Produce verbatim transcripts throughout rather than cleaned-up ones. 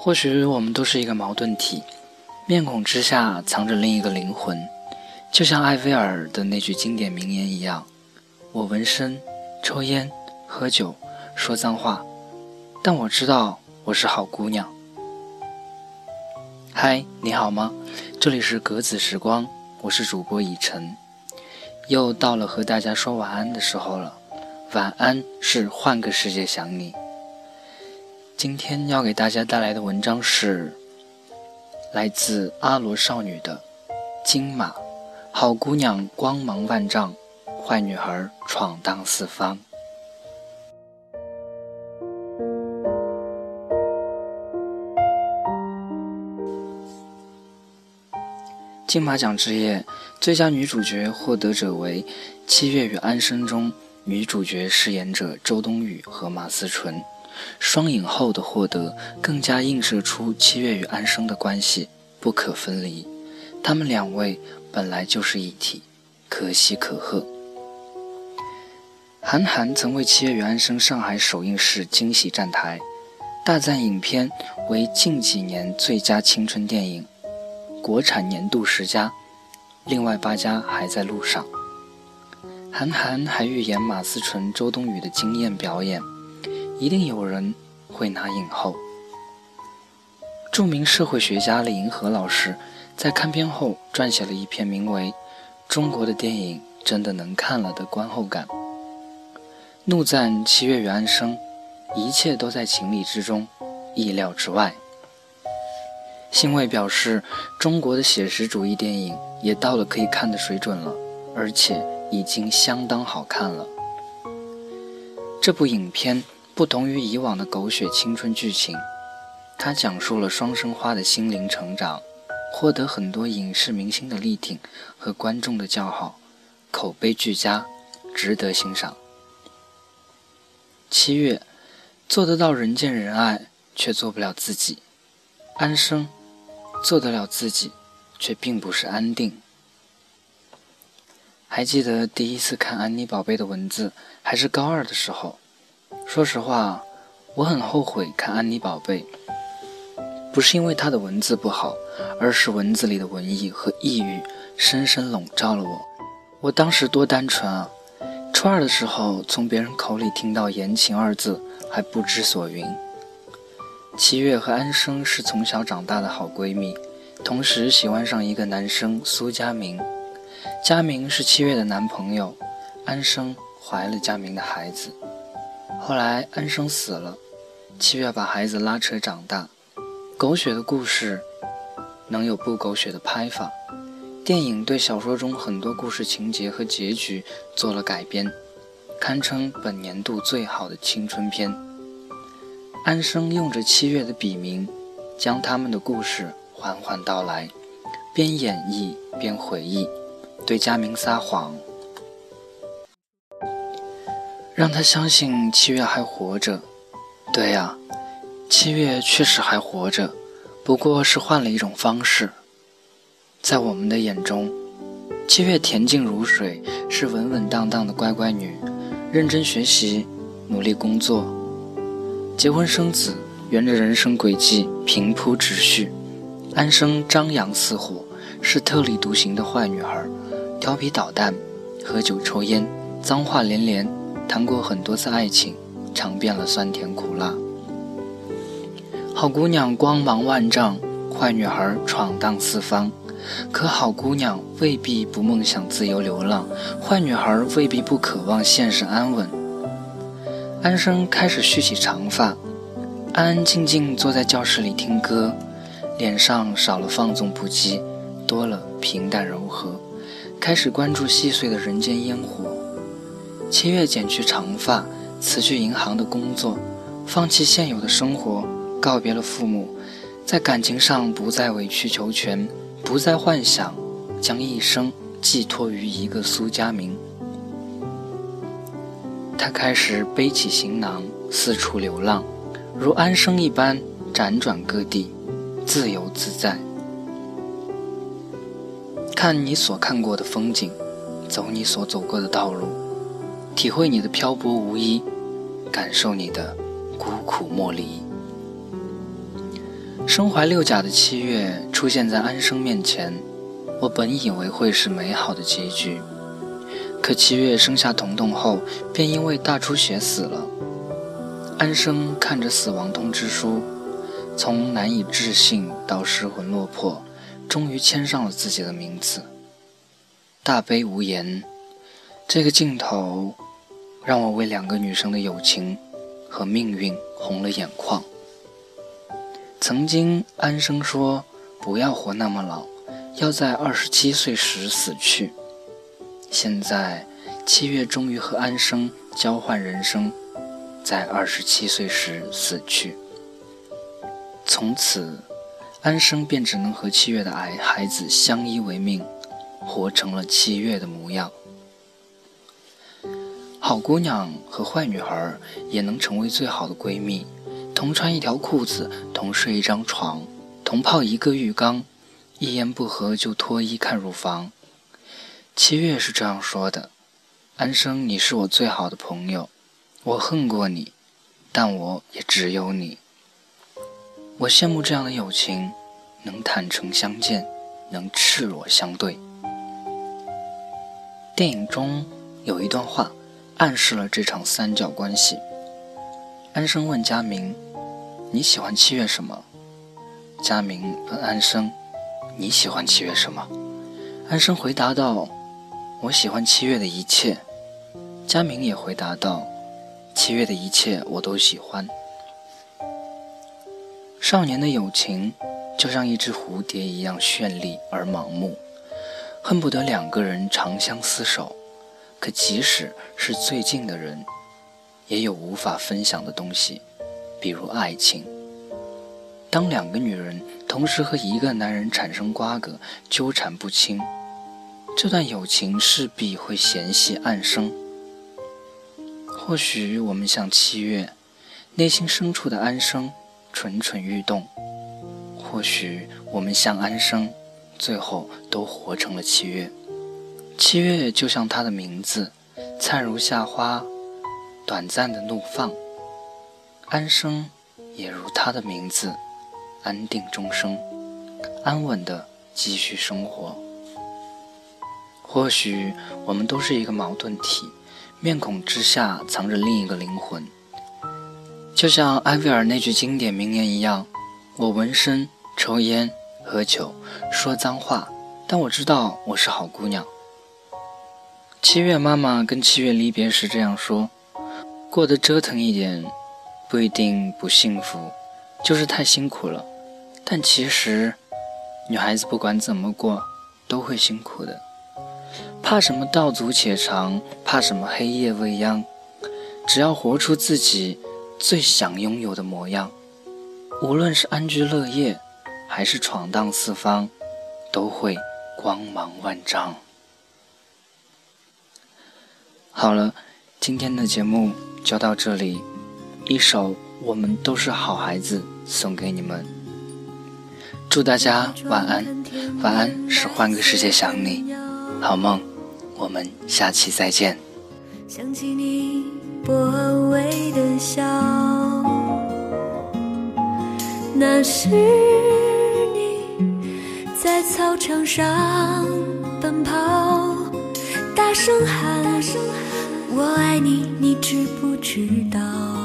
或许我们都是一个矛盾体，面孔之下藏着另一个灵魂，就像艾薇儿的那句经典名言一样，我纹身、抽烟、喝酒、说脏话，但我知道我是好姑娘。嗨，你好吗？这里是格子时光，我是主播以晨。又到了和大家说晚安的时候了，晚安是换个世界想你。今天要给大家带来的文章是来自阿罗少女的金马，好姑娘光芒万丈，坏女孩闯荡四方。金马奖之夜，最佳女主角获得者为《七月与安生》中女主角饰演者周冬雨和马思纯。双影后的获得更加映射出七月与安生的关系不可分离，他们两位本来就是一体，可喜可贺。韩寒曾为七月与安生上海首映式惊喜站台，大赞影片为近几年最佳青春电影，国产年度十佳，另外八家还在路上。韩寒还预言马思纯、周冬雨的惊艳表演一定有人会拿影后。著名社会学家李银河老师在看片后撰写了一篇名为《中国的电影真的能看了》的观后感，怒赞七月与安生，一切都在情理之中，意料之外。欣慰表示，中国的写实主义电影也到了可以看的水准了，而且已经相当好看了。这部影片不同于以往的狗血青春剧情，它讲述了双生花的心灵成长，获得很多影视明星的力挺和观众的叫好，口碑俱佳，值得欣赏。七月做得到人见人爱，却做不了自己；安生做得了自己，却并不是安定。还记得第一次看安妮宝贝的文字还是高二的时候，说实话，我很后悔看安妮宝贝，不是因为它的文字不好，而是文字里的文艺和抑郁深深笼罩了我。我当时多单纯啊！初二的时候，从别人口里听到言情二字，还不知所云。七月和安生是从小长大的好闺蜜，同时喜欢上一个男生苏佳明。佳明是七月的男朋友，安生怀了佳明的孩子。后来安生死了，七月把孩子拉扯长大。狗血的故事能有不狗血的拍法，电影对小说中很多故事情节和结局做了改编，堪称本年度最好的青春片。安生用着七月的笔名，将他们的故事缓缓道来，边演绎边回忆，对佳明撒谎，让他相信七月还活着。对呀，七月确实还活着，不过是换了一种方式。在我们的眼中，七月恬静如水，是稳稳当当的乖乖女，认真学习，努力工作，结婚生子，沿着人生轨迹平铺直叙。安生张扬似火，是特立独行的坏女孩，调皮捣蛋，喝酒抽烟，脏话连连，谈过很多次爱情，尝遍了酸甜苦辣。好姑娘光芒万丈，坏女孩闯荡四方。可好姑娘未必不梦想自由流浪，坏女孩未必不渴望现实安稳。安生开始蓄起长发，安安静静坐在教室里听歌，脸上少了放纵不羁，多了平淡柔和，开始关注细碎的人间烟火。七月剪去长发，辞去银行的工作，放弃现有的生活，告别了父母，在感情上不再委曲求全，不再幻想，将一生寄托于一个苏佳明。他开始背起行囊，四处流浪，如安生一般辗转各地，自由自在。看你所看过的风景，走你所走过的道路，体会你的漂泊无依，感受你的孤苦莫离。 身怀六甲的七月出现在安生面前，我本以为会是美好的结局，可七月生下彤彤后便因为大出血死了。安生看着死亡通知书，从难以置信到失魂落魄，终于签上了自己的名字。大悲无言，这个镜头让我为两个女生的友情和命运红了眼眶。曾经安生说不要活那么老，要在二十七岁时死去。现在七月终于和安生交换人生，在二十七岁时死去。从此安生便只能和七月的矮孩子相依为命，活成了七月的模样。好姑娘和坏女孩也能成为最好的闺蜜，同穿一条裤子，同睡一张床，同泡一个浴缸，一言不合就脱衣看乳房。七月是这样说的：安生，你是我最好的朋友，我恨过你，但我也只有你。我羡慕这样的友情，能坦诚相见，能赤裸相对。电影中有一段话暗示了这场三角关系。安生问佳明：你喜欢七月什么？佳明问安生：你喜欢七月什么？安生回答道：我喜欢七月的一切。佳明也回答道：七月的一切我都喜欢。少年的友情就像一只蝴蝶一样绚丽而盲目，恨不得两个人长相厮守。可即使是最近的人，也有无法分享的东西，比如爱情。当两个女人同时和一个男人产生瓜葛，纠缠不清，这段友情势必会嫌隙暗生。或许我们像七月，内心深处的安生蠢蠢欲动；或许我们像安生，最后都活成了七月。七月就像它的名字，灿如夏花，短暂的怒放；安生也如它的名字，安定终生，安稳地继续生活。或许我们都是一个矛盾体，面孔之下藏着另一个灵魂。就像埃维尔那句经典名言一样，我纹身、抽烟、喝酒、说脏话，但我知道我是好姑娘。七月妈妈跟七月离别时这样说：过得折腾一点不一定不幸福，就是太辛苦了。但其实女孩子不管怎么过都会辛苦的，怕什么道阻且长，怕什么黑夜未央，只要活出自己最想拥有的模样，无论是安居乐业还是闯荡四方，都会光芒万丈。好了，今天的节目就到这里，一首《我们都是好孩子》送给你们，祝大家晚安。晚安是换个世界想你，好梦，我们下期再见。 想起你薄微的笑，那是你在操场上奔跑，大声喊我爱你，你知不知道？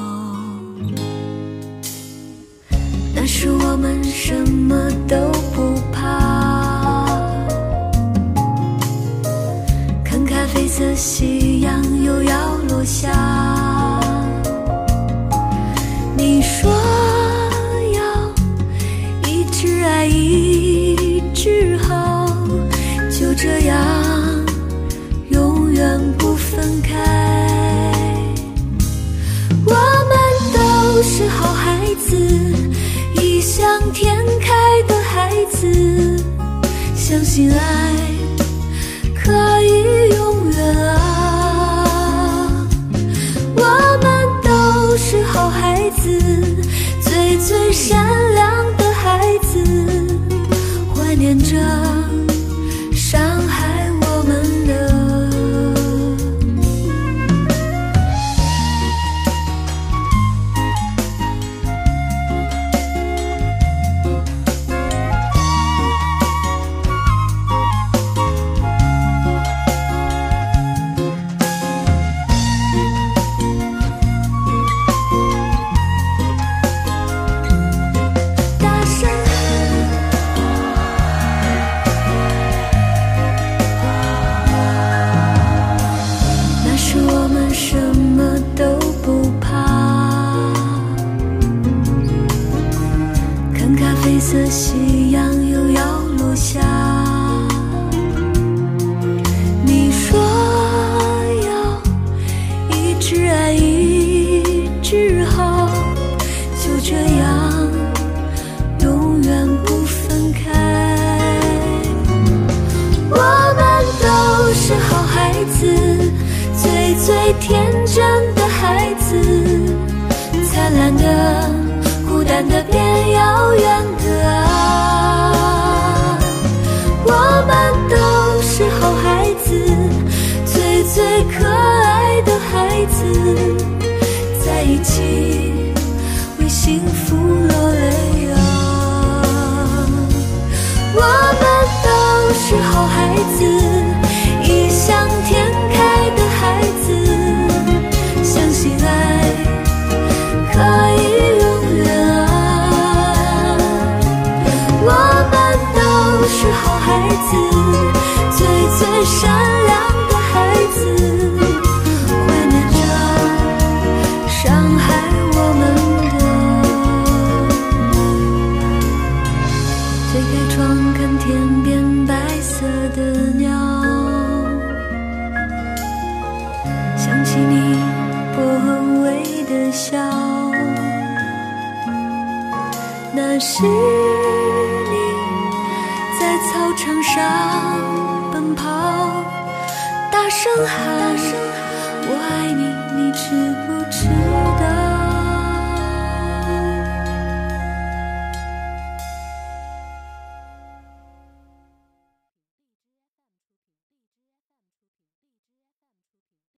那时我们什么都不怕，看咖啡色夕阳又要落下，你说要一直爱一直好，就这样永远不分开。我们都是好孩子，异想天开的孩子，相信爱可以永远啊。我们都是好孩子，最最善良的孩子，怀念着伤害我们的黑色夕阳又要落下，你说要一直爱一直好，就这样永远不分开。我们都是好孩子，最最天真的孩子，灿烂的孤单的变遥远的啊，我们都是好孩子，最最可爱的孩子，在一起为幸福落泪啊。我们都是好孩子，异想天开的孩子，相信爱可以永远啊。我们都是好孩子，最最善良的孩子，怀念着伤害我们的。推开窗看天边白色的鸟，想起你薄微的笑，那是你在操场上奔跑，大声喊我爱你，你知